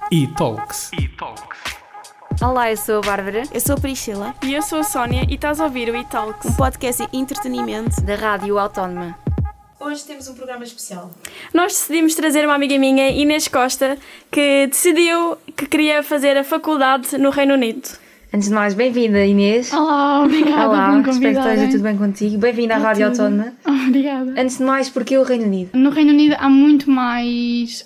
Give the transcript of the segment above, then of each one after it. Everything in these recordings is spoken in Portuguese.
E-Talks. Olá, eu sou a Bárbara, Eu sou a Priscila, E eu sou a Sónia e estás a ouvir o E-Talks. um podcast de entretenimento. da Rádio Autónoma. Hoje temos um programa especial. Nós decidimos trazer uma amiga minha, Inês Costa, que decidiu que queria fazer a faculdade no Reino Unido. Antes de mais, bem-vinda, Inês. Olá, obrigada Olá, por me espero que convidarem. esteja tudo bem contigo. Bem-vinda à Rádio tudo. Autónoma. Obrigada. Antes de mais, porquê o Reino Unido? No Reino Unido há muito mais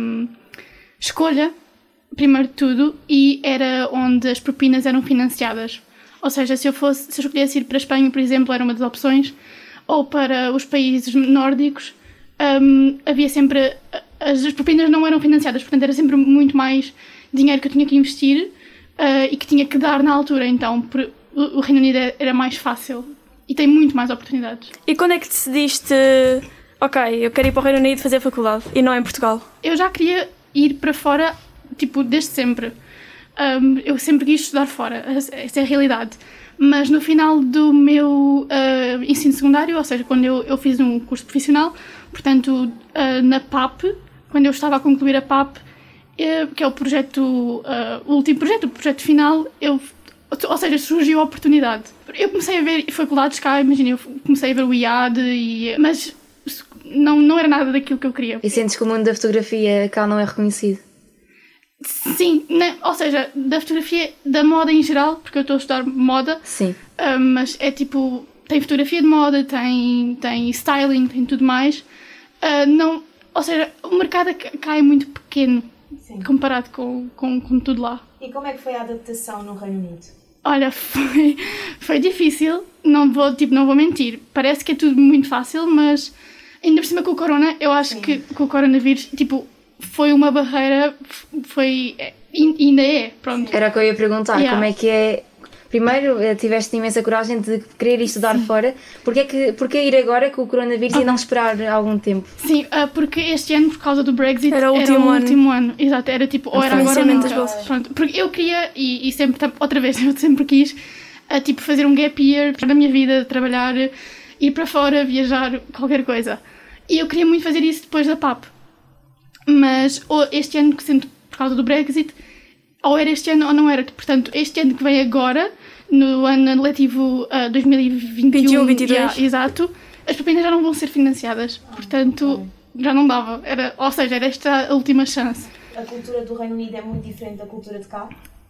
escolha, primeiro de tudo, e era onde as propinas eram financiadas. Ou seja, se eu escolhesse ir para a Espanha, por exemplo, era uma das opções, ou para os países nórdicos, havia sempre... As propinas não eram financiadas, portanto era sempre muito mais dinheiro que eu tinha que investir e que tinha que dar na altura. Então o Reino Unido era mais fácil e tem muito mais oportunidades. E quando é que decidiste, ok, eu quero ir para o Reino Unido fazer a faculdade e não em Portugal? Eu já queria ir para fora, tipo, desde sempre. Eu sempre quis estudar fora, essa é a realidade. Mas no final do meu ensino secundário, ou seja, quando eu fiz um curso profissional, portanto, na PAP, quando eu estava a concluir a PAP, que é o projeto, o último projeto, o projeto final, ou seja, surgiu a oportunidade. Eu comecei a ver faculdades cá, imagina, eu comecei a ver o IAD, mas não era nada daquilo que eu queria. E sentes que o mundo da fotografia cá não é reconhecido? Sim, ou seja, da fotografia, da moda em geral, porque eu estou a estudar moda. Sim. Mas é tipo, tem fotografia de moda, tem styling, tem tudo mais. Ou seja, o mercado cá é muito pequeno. Sim. Comparado com tudo lá. E como é que foi a adaptação no Reino Unido? Olha, foi difícil, não vou mentir. Parece que é tudo muito fácil, mas ainda por cima com o corona, eu acho Sim. que com o coronavírus, tipo, foi uma barreira, ainda é, pronto. Era o que eu ia perguntar, como é que é... Primeiro, tiveste imensa coragem de querer ir estudar Sim. fora. Porquê ir agora com o coronavírus e não esperar algum tempo? Sim, porque este ano, por causa do Brexit, era o último ano. Exato, era tipo, ou era agora ou nunca. Pronto, porque eu queria, e sempre, outra vez, eu sempre quis, tipo, fazer um gap year na minha vida, trabalhar, ir para fora, viajar, qualquer coisa. E eu queria muito fazer isso depois da PAP. Mas este ano, sendo por causa do Brexit, ou era este ano ou não era. Portanto, este ano que vem agora, no ano letivo 2021-22, exato, as propinas já não vão ser financiadas. Portanto, já não dava. Era esta a última chance. A cultura do Reino Unido é muito diferente da cultura de cá?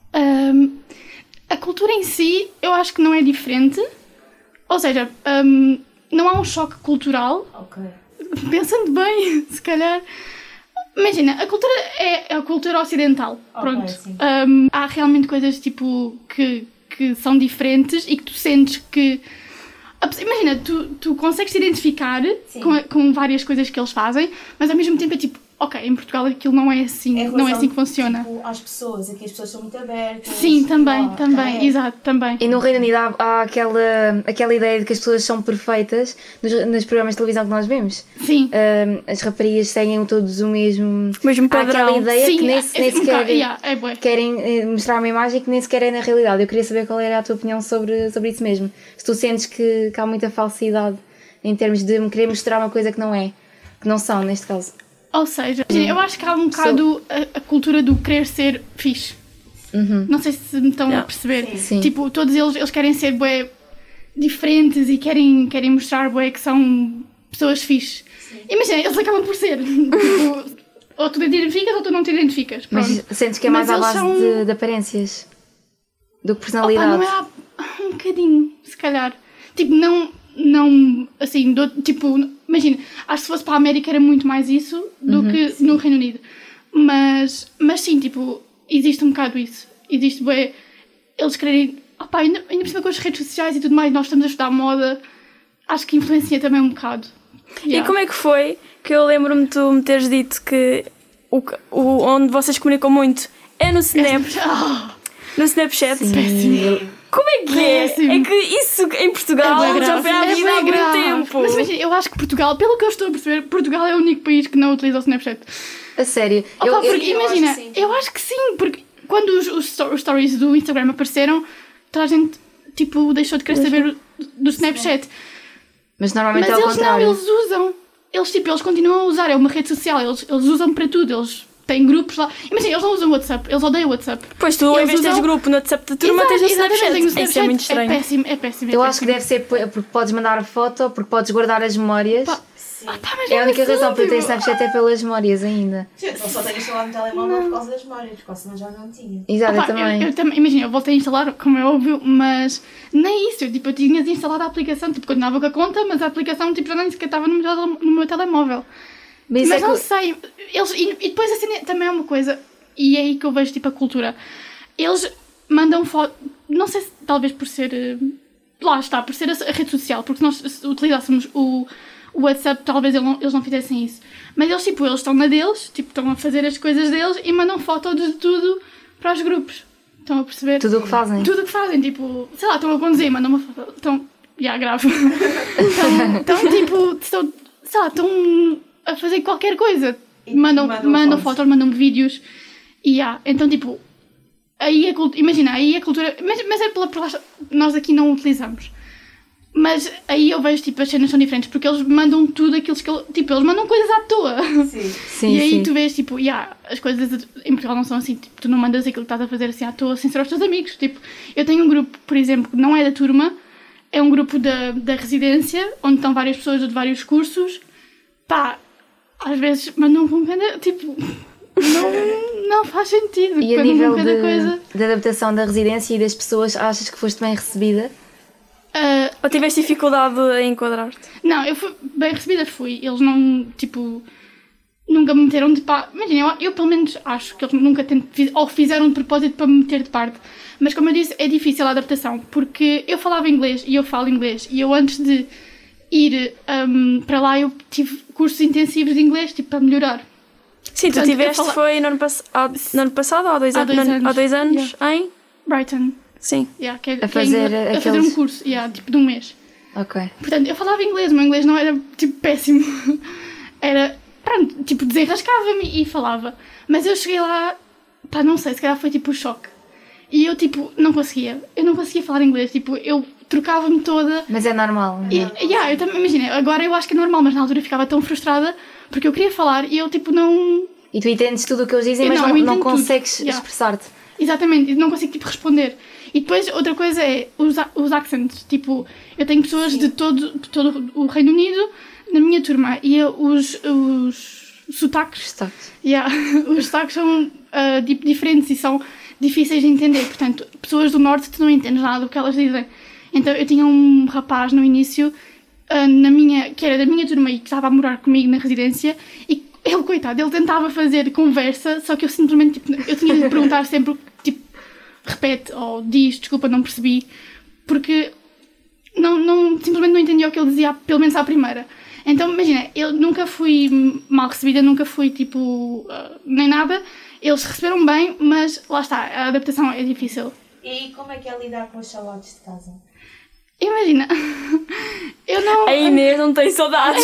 A cultura em si, eu acho que não é diferente. Ou seja, não há um choque cultural. Ok. Pensando bem, se calhar... Imagina, a cultura é a cultura ocidental, pronto. Há realmente coisas tipo que são diferentes e que tu sentes que... Imagina, tu consegues te identificar com várias coisas que eles fazem, mas ao mesmo tempo é tipo, ok, em Portugal aquilo não é assim, não é assim que funciona. Tipo, às pessoas, aqui as pessoas são muito abertas. Sim, também, exato, também. E no Reino Unido há aquela ideia de que as pessoas são perfeitas nos programas de televisão que nós vemos. Sim. As raparigas seguem todos o mesmo padrão. Há aquela ideia Sim, que nem sequer querem mostrar uma imagem que nem sequer é na realidade. Eu queria saber qual era a tua opinião sobre isso mesmo. Se tu sentes que há muita falsidade em termos de querer mostrar uma coisa que não são, neste caso. Ou seja, eu acho que há um bocado a cultura do querer ser fixe. Uhum. Não sei se me estão a perceber. Sim. Tipo, todos eles querem ser bué diferentes e querem mostrar bué que são pessoas fixe. Imagina, eles acabam por ser. Tipo, ou tu te identificas ou tu não te identificas. Pronto. Mas sentes que é mais à base de aparências do que personalidade? Não é um bocadinho, se calhar. Tipo, não assim, tipo, imagina, acho que se fosse para a América era muito mais isso do que no Reino Unido. Mas sim, tipo, existe um bocado isso. Existe, bué, eles querem... ainda por cima com as redes sociais e tudo mais, nós estamos a estudar moda, acho que influencia também um bocado. E como é que foi que eu lembro-me de tu me teres dito que onde vocês comunicam muito é no Snap, no Snapchat? Péssimo. Como é que é? É que isso em Portugal já foi à vida há muito tempo. Mas imagina, eu acho que Portugal, pelo que eu estou a perceber, Portugal é o único país que não utiliza o Snapchat. A sério? Imagina, eu acho que sim, porque quando os stories do Instagram apareceram, toda a gente tipo, deixou de querer saber do Snapchat. Mas normalmente é ao contrário. Eles usam. Eles continuam a usar, é uma rede social, eles usam para tudo, eles têm grupos lá. Imagina, eles não usam WhatsApp, eles odeiam WhatsApp. Pois tu, em vez de teres grupo no WhatsApp da turma, tens no Snapchat. Isso é muito estranho. É péssimo. Eu acho que deve ser porque podes mandar a foto, porque podes guardar as memórias. É a única razão para eu ter Snapchat é pelas memórias ainda. Sim, eu só tenho instalado no telemóvel por causa das memórias, porque senão já não tinha. Exato, eu também. Imagina, eu voltei a instalar, como é óbvio, mas nem isso. Eu tinha instalado a aplicação, tipo, continuava com a conta, mas a aplicação tipo, já nem sequer estava no meu telemóvel. Mas não sei. E depois assim, também é uma coisa, e é aí que eu vejo tipo, a cultura. Eles mandam foto, não sei se talvez por ser. Lá está, por ser a rede social, porque se nós utilizássemos o WhatsApp, talvez eles não fizessem isso. Mas eles estão na deles, tipo, estão a fazer as coisas deles e mandam foto de tudo para os grupos. Estão a perceber? Tudo o que fazem. Tudo o que fazem, tipo, sei lá, estão a conduzir, mandam uma foto. Estão, grave. Estão, sei lá, estão a fazer qualquer coisa. Mandam fotos, mandam vídeos. E então, tipo, aí imagina, aí a cultura. Mas é pela nós aqui não utilizamos. Mas aí eu vejo, tipo, as cenas são diferentes, porque eles mandam tudo aquilo que tipo, eles mandam coisas à toa. Sim, e aí tu vês, tipo, as coisas em Portugal não são assim, tipo, tu não mandas aquilo que estás a fazer assim à toa sem ser aos teus amigos. Tipo, eu tenho um grupo, por exemplo, que não é da turma, é um grupo da residência, onde estão várias pessoas de vários cursos. Às vezes mandam com cada, tipo, não faz sentido. E a nível de adaptação da residência e das pessoas, achas que foste bem recebida? Ou tiveste dificuldade em enquadrar-te? Não, eu fui bem recebida, eles não, tipo, nunca me meteram de parte. Imagina, eu pelo menos acho que eles nunca ou fizeram de propósito para me meter de parte. Mas como eu disse, é difícil a adaptação, porque eu falava inglês e eu falo inglês, e eu antes de ir para lá eu tive cursos intensivos de inglês, tipo, para melhorar. Sim, portanto, tu tiveste, foi no ano passado ou há 2 anos? Há 2 anos, em? Brighton. Sim. A fazer um curso, tipo de um mês. Ok. Portanto, eu falava inglês, o meu inglês não era, tipo, péssimo. Era, pronto, tipo, desenrascava-me e falava. Mas eu cheguei lá, não sei, se calhar foi tipo um choque. E eu, tipo, não conseguia falar inglês, tipo, eu trocava-me toda. Mas é normal, não é? Eu também, imagina, agora eu acho que é normal, mas na altura eu ficava tão frustrada, porque eu queria falar e eu, tipo, não... E tu entendes tudo o que eles dizem, mas não consegues expressar-te. Exatamente, não consigo, tipo, responder. E depois, outra coisa é os accents. Tipo, eu tenho pessoas de todo o Reino Unido na minha turma e os sotaques. Os sotaques são diferentes e são difíceis de entender. Portanto, pessoas do Norte, tu não entendes nada do que elas dizem. Então, eu tinha um rapaz no início, que era da minha turma e que estava a morar comigo na residência, e ele, coitado, ele tentava fazer conversa, só que eu simplesmente, tipo, eu tinha de perguntar sempre, tipo, repete ou diz, desculpa, não percebi, porque simplesmente não entendia o que ele dizia, pelo menos à primeira. Então, imagina, eu nunca fui mal recebida, nunca fui, tipo, nem nada. Eles receberam bem, mas lá está, a adaptação é difícil. E como é que é lidar com os saudades de casa? Imagina, eu não... A Inês não tem saudades.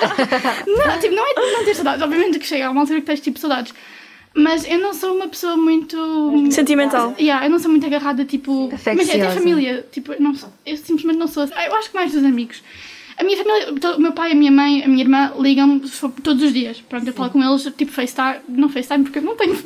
Não, tipo, não é não ter saudades, obviamente que chega a uma altura que tens, tipo, saudades. Mas eu não sou uma pessoa muito... Sentimental. Eu não sou muito agarrada, tipo... Afecciosa. Mas até a família, tipo, eu simplesmente não sou assim. Eu acho que mais dos amigos. A minha família, o meu pai, a minha mãe, a minha irmã ligam-me todos os dias. Pronto, eu falo com eles, tipo, FaceTime. Não FaceTime porque eu não tenho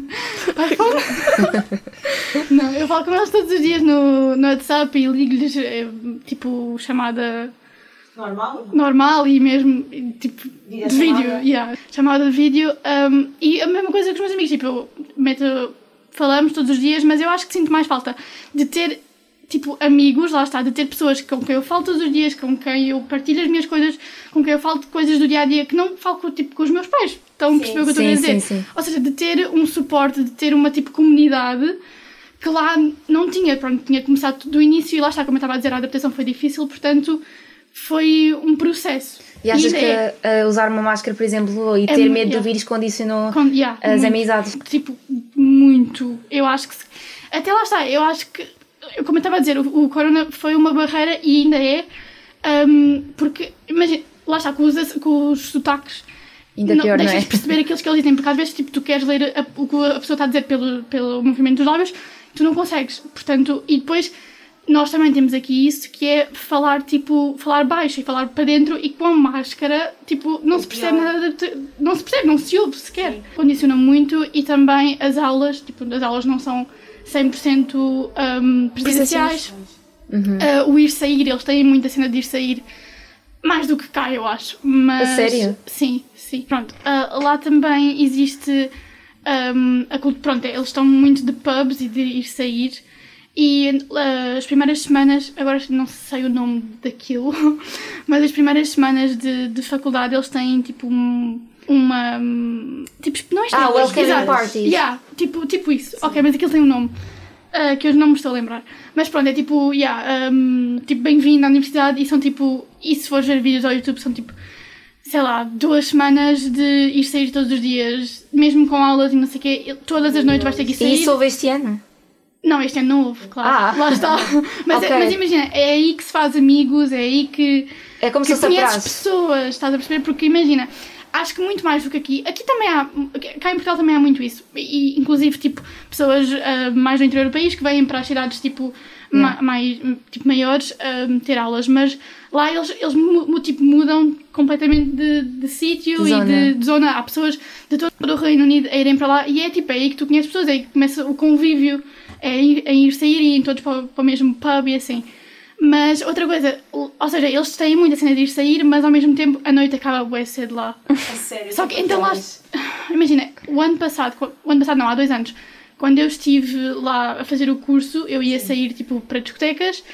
iPhone. Não, eu falo com eles todos os dias no WhatsApp e ligo-lhes, tipo, chamada... Normal e mesmo, tipo, de vídeo. Chamada de vídeo. E a mesma coisa com os meus amigos, tipo, falamos todos os dias, mas eu acho que sinto mais falta de ter, tipo, amigos, lá está, de ter pessoas com quem eu falo todos os dias, com quem eu partilho as minhas coisas, com quem eu falo de coisas do dia-a-dia, que não falo com os meus pais. Estão a perceber o que eu estou a dizer? Sim. Ou seja, de ter um suporte, de ter uma, tipo, comunidade que lá não tinha. Pronto, tinha começado do início e lá está, como eu estava a dizer, a adaptação foi difícil, portanto... Foi um processo. E achas que usar uma máscara, por exemplo, e ter medo do vírus condicionou as amizades? Tipo, muito. Eu acho que... Até lá está, eu acho que... Como eu estava a dizer, o corona foi uma barreira e ainda é. Porque, imagina, lá está, com os sotaques... Ainda pior, não é? Deixas perceber aqueles que eles dizem, porque às vezes, tipo, tu queres ler o que a pessoa está a dizer pelo movimento dos lábios, tu não consegues. Portanto, e depois... nós também temos aqui isso, que é falar baixo e falar para dentro, e com a máscara, tipo, não se percebe nada, não se ouve sequer. Sim. Condiciona muito, e também as aulas, tipo, as aulas não são 100% presenciais. O ir sair, eles têm muita cena de ir sair, mais do que cá, eu acho. Mas, a sério? Sim. Pronto, lá também existe a cultura, pronto, eles estão muito de pubs e de ir sair. E as primeiras semanas, agora não sei o nome daquilo, mas as primeiras semanas de faculdade eles têm tipo uma... Tipo, não é welcome parties. Yeah, tipo isso. Sim. Ok, mas aquilo tem um nome que eu não me estou a lembrar. Mas pronto, é tipo, tipo bem-vindo à universidade, e são tipo... E se fores ver vídeos ao YouTube, são tipo, sei lá, 2 semanas de ir sair todos os dias, mesmo com aulas e não sei o quê, todas as noites vais ter que ir sair. E isso houve este ano? Não, este ano não houve, claro. Lá está. Mas, okay. Mas imagina, é aí que se faz amigos, é aí que, é como que se conheces pessoas, estás a perceber? Porque imagina, acho que muito mais do que aqui também há, cá em Portugal também há muito isso, e inclusive tipo pessoas mais do interior do país que vêm para as cidades tipo, mais, tipo maiores ter aulas, mas lá eles tipo, mudam completamente de sítio e de zona. Há pessoas de todo o Reino Unido a irem para lá, e é tipo, é aí que tu conheces pessoas, é aí que começa o convívio. É ir sair e ir todos para o mesmo pub e assim. Mas outra coisa, ou seja, eles têm muita cena de ir sair, mas ao mesmo tempo a noite acaba bué cedo lá. É sério? Só que então lá, imagina, o ano passado não, há 2 anos, quando eu estive lá a fazer o curso, eu ia sair tipo para discotecas,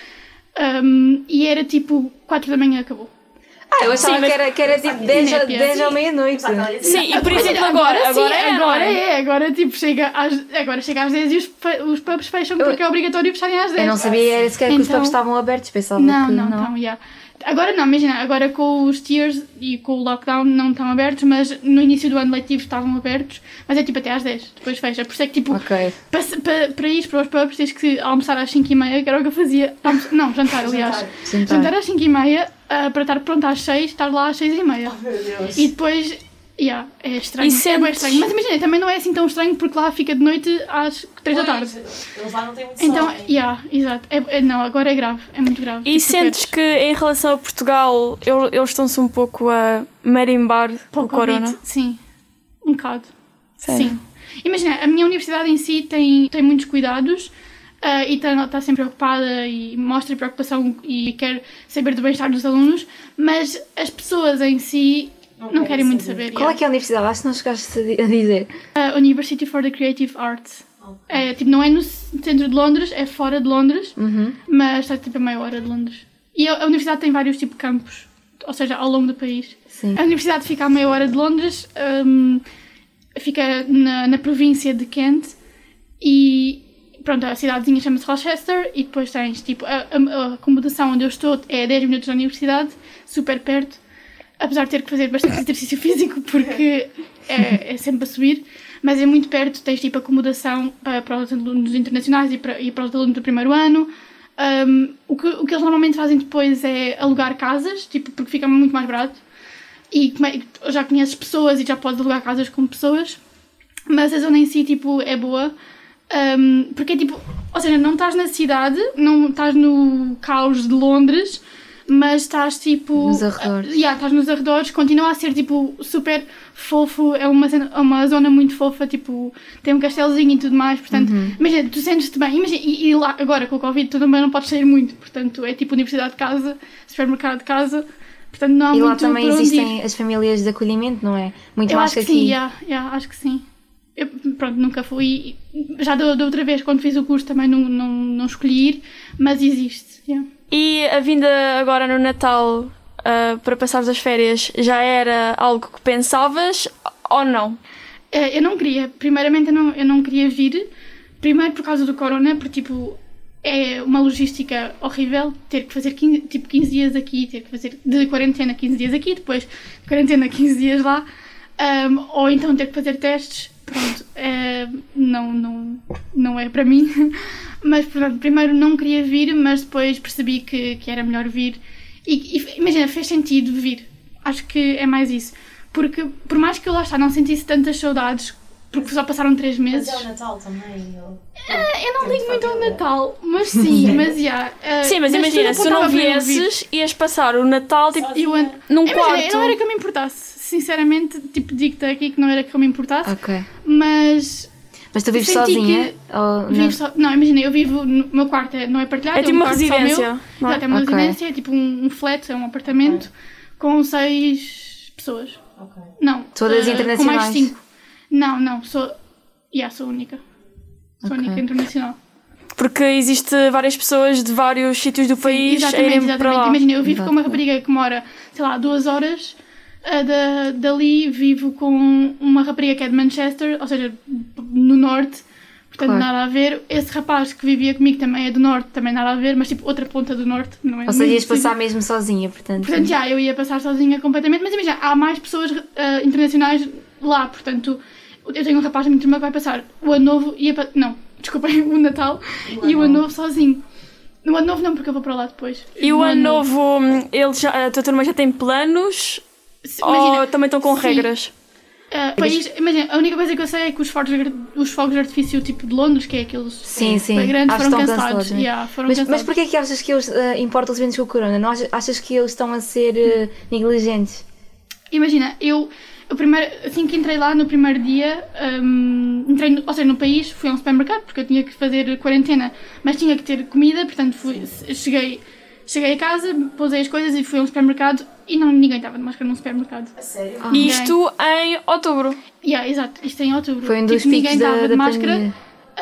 e era tipo 4 da manhã acabou. Eu achava que era tipo 10 à meia-noite. Sim, e por exemplo agora tipo chega às 10 e os pubs fecham porque é obrigatório fecharem às 10. Eu não sabia sequer que os pubs estavam abertos, pensava que não. Agora não, imagina, agora com os tiers e com o lockdown não estão abertos, mas no início do ano letivo estavam abertos, mas é tipo até às 10, depois fecha. Por isso é que tipo, para ir para os pubs tens que almoçar às 5h30, que era o que eu fazia. Não, jantar aliás. Jantar às 5h30, para estar pronta às 6, estar lá às 6h30. Oh, meu Deus. E depois... é estranho, é bem estranho. Mas imagina, também não é assim tão estranho porque lá fica de noite às 3 da tarde. Eles lá não têm muito então, sol. Exato. Não, agora é grave, é muito grave. E tipo, sentes que em relação a Portugal, eles estão-se um pouco a marimbar o corona? Sim, um bocado. Sério? Sim. Imagina, a minha universidade em si tem muitos cuidados. E está sempre preocupada e mostra preocupação e quer saber do bem-estar dos alunos, mas as pessoas em si não querem muito saber. Qual é que é a universidade? Acho que não chegaste a dizer. University for the Creative Arts. Okay. Tipo, não é no centro de Londres, é fora de Londres, mas está tipo a meia hora de Londres. E a universidade tem vários tipos de campos, ou seja, ao longo do país. Sim. A universidade fica a meia hora de Londres, fica na província de Kent, e pronto, a cidadezinha chama-se Rochester, e depois tens tipo a acomodação onde eu estou é 10 minutos da universidade, super perto, apesar de ter que fazer bastante exercício físico porque é sempre a subir, mas é muito perto. Tens tipo acomodação para os alunos internacionais e para os alunos do primeiro ano. O que eles normalmente fazem depois é alugar casas, tipo, porque fica muito mais barato, e já conheces pessoas e já podes alugar casas com pessoas, mas a zona em si tipo, é boa. Porque é tipo, ou seja, não estás na cidade, não estás no caos de Londres, mas estás tipo nos arredores. Estás nos arredores, continua a ser tipo super fofo, é uma zona muito fofa, tipo, tem um castelozinho e tudo mais, portanto, imagina, tu sentes-te bem, imagina, e lá agora com o Covid tu também não podes sair muito, portanto é tipo universidade de casa, supermercado de casa, portanto não há muito. E lá também existem as famílias de acolhimento, não é? Muito mais que aqui. Sim, acho que sim. Eu, pronto, nunca fui, já da outra vez quando fiz o curso também não escolhi ir, mas existe. E a vinda agora no Natal para passar as férias já era algo que pensavas ou não? Eu não queria, primeiramente eu não queria vir, primeiro por causa do corona, porque tipo é uma logística horrível ter que fazer 15 dias aqui, ter que fazer de quarentena 15 dias aqui, depois de quarentena 15 dias lá, ou então ter que fazer testes. Pronto, não é para mim, mas pronto, primeiro não queria vir, mas depois percebi que era melhor vir e imagina, fez sentido vir, acho que é mais isso, porque por mais que eu lá está não sentisse tantas saudades porque só passaram 3 meses. Mas é o Natal também. Eu não ligo muito ao Natal, mas sim, mas sim, mas imagina, se tu não viesses, ias passar o Natal tipo, num quarto. Não era que eu me importasse, sinceramente, tipo, digo-te aqui que não era que eu me importasse, mas tu vives sozinha? Não, imagina, eu vivo, no meu quarto não é partilhado, é tipo uma residência. É uma residência, é tipo um flat, é um apartamento com 6 pessoas. Não, todas internacionais? Com mais 5. Não, sou única. Sou única internacional. Porque existe várias pessoas de vários sítios do país a irem para lá. Imagina, eu vivo com uma rapariga que mora, sei lá, 2 horas dali, vivo com uma rapariga que é de Manchester, ou seja, no norte, portanto nada a ver. Esse rapaz que vivia comigo também é do norte, também nada a ver, mas tipo outra ponta do norte, não é? Ou seja, ias passar mesmo sozinha, portanto. Portanto, eu ia passar sozinha completamente, mas imagina, há mais pessoas internacionais lá, portanto, eu tenho um rapaz da minha turma que vai passar o ano novo o Natal e o ano novo sozinho. No ano novo não, porque eu vou para lá depois. E o ano novo, a tua turma já tem planos? Ou também estão com regras? Imagina, a única coisa que eu sei é que os fogos de artifício tipo de Londres, que é aqueles sim. grandes, foram cancelados. Mas porquê é que achas que eles importam os eventos com o corona? Não achas que eles estão a ser negligentes? Imagina, eu primeiro, assim que entrei lá no primeiro dia, entrei no país, fui a um supermercado porque eu tinha que fazer quarentena, mas tinha que ter comida, portanto cheguei a casa, pousei as coisas e fui a um supermercado e ninguém estava de máscara num supermercado. A sério? Isto em outubro? Exato, isto em outubro. Foi um dos picos ninguém estava de máscara. Pandemia.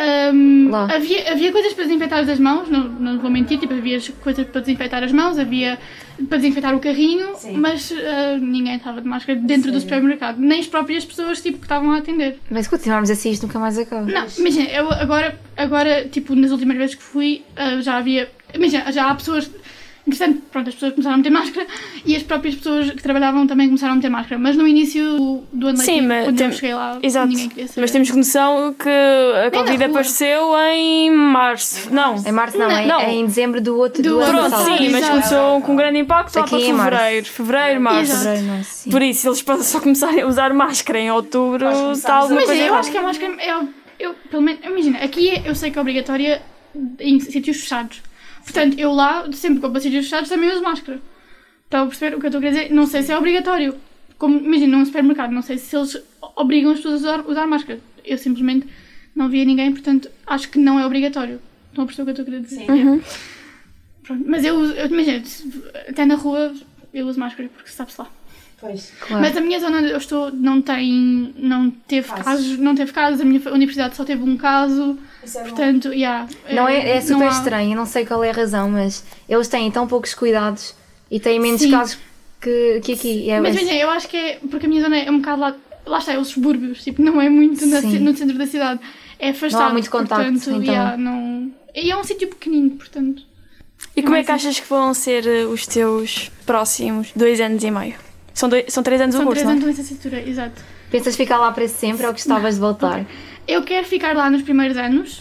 Havia coisas para desinfetar as mãos, não vou mentir, tipo, havia coisas para desinfetar as mãos, havia para desinfetar o carrinho, mas ninguém estava de máscara dentro do supermercado, nem as próprias pessoas tipo, que estavam a atender. Mas se continuarmos assim, isto nunca mais acaba. Não, imagina, eu agora, tipo, nas últimas vezes que fui, já há pessoas. Interessante, pronto, as pessoas começaram a meter máscara e as próprias pessoas que trabalhavam também começaram a meter máscara, mas no início do ano letivo, quando eu cheguei lá, ninguém queria saber. Mas temos noção que a Covid apareceu em março. Não. Em março não. É em dezembro do ano passado. Sim, mas começou com grande impacto lá para fevereiro, março. Por isso, eles só começarem a usar máscara em outubro, está alguma coisa errada. Eu acho que a máscara, pelo menos, imagina, aqui eu sei que é obrigatória em sítios fechados. Portanto, eu lá, sempre que eu passei sítios fechados, também uso máscara. Estão a perceber o que eu estou a querer dizer? Não sei se é obrigatório. Como, imagina, num supermercado, não sei se eles obrigam as pessoas a usar máscara. Eu simplesmente não via ninguém, portanto, acho que não é obrigatório. Estão a perceber o que eu estou a querer dizer? Sim. Pronto, mas eu imagina, até na rua eu uso máscara, porque sabe-se lá. Pois. Claro. Mas a minha zona onde eu estou não teve casos, a minha universidade só teve um caso, portanto, é super estranho, eu não sei qual é a razão, mas eles têm tão poucos cuidados e têm menos casos que aqui. Mas imagina, eu acho que é porque a minha zona é um bocado lá está, é os subúrbios, tipo, não é muito no centro da cidade, é afastado. Não há muito contacto, portanto, então. E é um sítio pequenino, portanto. E como é que achas que vão ser os teus próximos 2 anos e meio? São 3 anos o curso, não é? São 3 anos de licenciatura, exato. Pensas ficar lá para sempre ou gostavas de voltar? Eu quero ficar lá nos primeiros anos.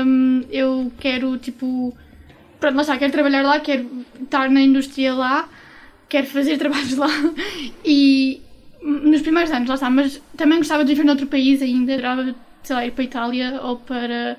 Eu quero, tipo... Pronto, lá está, quero trabalhar lá, quero estar na indústria lá, quero fazer trabalhos lá. E nos primeiros anos, lá está, mas também gostava de viver noutro país ainda. Adorava, sei lá, ir para a Itália ou para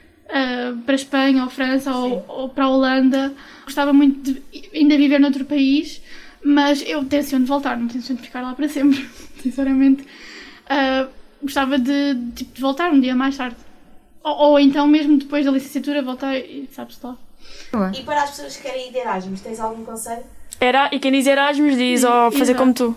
a Espanha ou França ou para a Holanda. Gostava muito de ainda viver noutro país. Mas eu tenciono voltar, não tenciono ficar lá para sempre, sinceramente. Gostava de voltar um dia mais tarde. Ou então, mesmo depois da licenciatura, voltar e sabes lá. E para as pessoas que querem ir de Erasmus, tens algum conselho? E quem diz Erasmus diz, fazer como tu.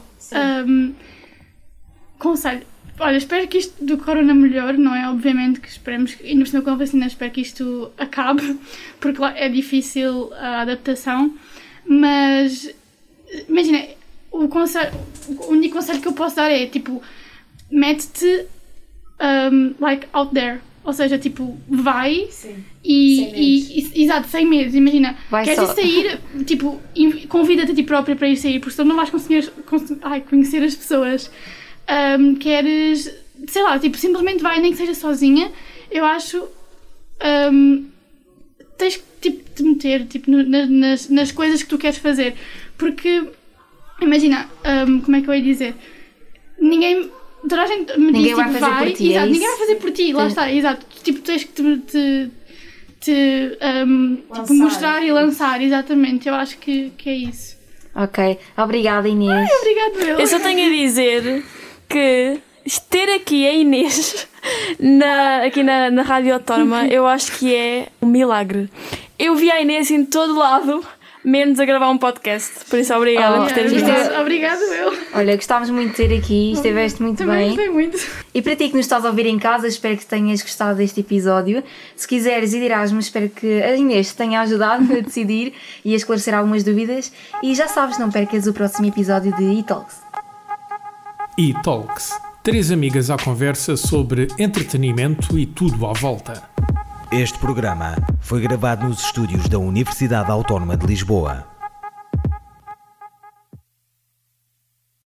Conselho. Olha, espero que isto do corona melhore, não é? Obviamente que esperemos, e no com a vacina, espero que isto acabe, porque lá é difícil a adaptação, mas... Imagina, o único conselho que eu posso dar é, tipo, mete-te, out there. Ou seja, tipo, vai exato, sem medo. Imagina, queres sair, tipo, convida-te a ti própria para ir sair, porque senão não vais conseguir conhecer as pessoas. Queres, sei lá, tipo, simplesmente vai, nem que seja sozinha. Eu acho, tens que, tipo, te meter, tipo, nas coisas que tu queres fazer. Porque, imagina, como é que eu ia dizer? Ninguém toda a gente me ninguém diz, vai tipo, fazer por ti, exato, ninguém vai fazer por ti, lá está, exato. Tipo, tens que tipo, mostrar e lançar, exatamente. Eu acho que é isso. Ok, obrigada, Inês. Obrigado, eu só tenho a dizer que ter aqui a Inês aqui na Rádio Autónoma, eu acho que é um milagre. Eu vi a Inês em todo lado, menos a gravar um podcast. Por isso, obrigada por teres vindo. Obrigado, eu. Olha, gostávamos muito de ter aqui, estiveste muito Também bem. gostei muito. E para ti que nos estás a ouvir em casa, espero que tenhas gostado deste episódio. Se quiseres ir a Erasmus, espero que a Inês te tenha ajudado a decidir e a esclarecer algumas dúvidas. E já sabes, não percas o próximo episódio de E-Talks. E-Talks. 3 amigas à conversa sobre entretenimento e tudo à volta. Este programa foi gravado nos estúdios da Universidade Autónoma de Lisboa.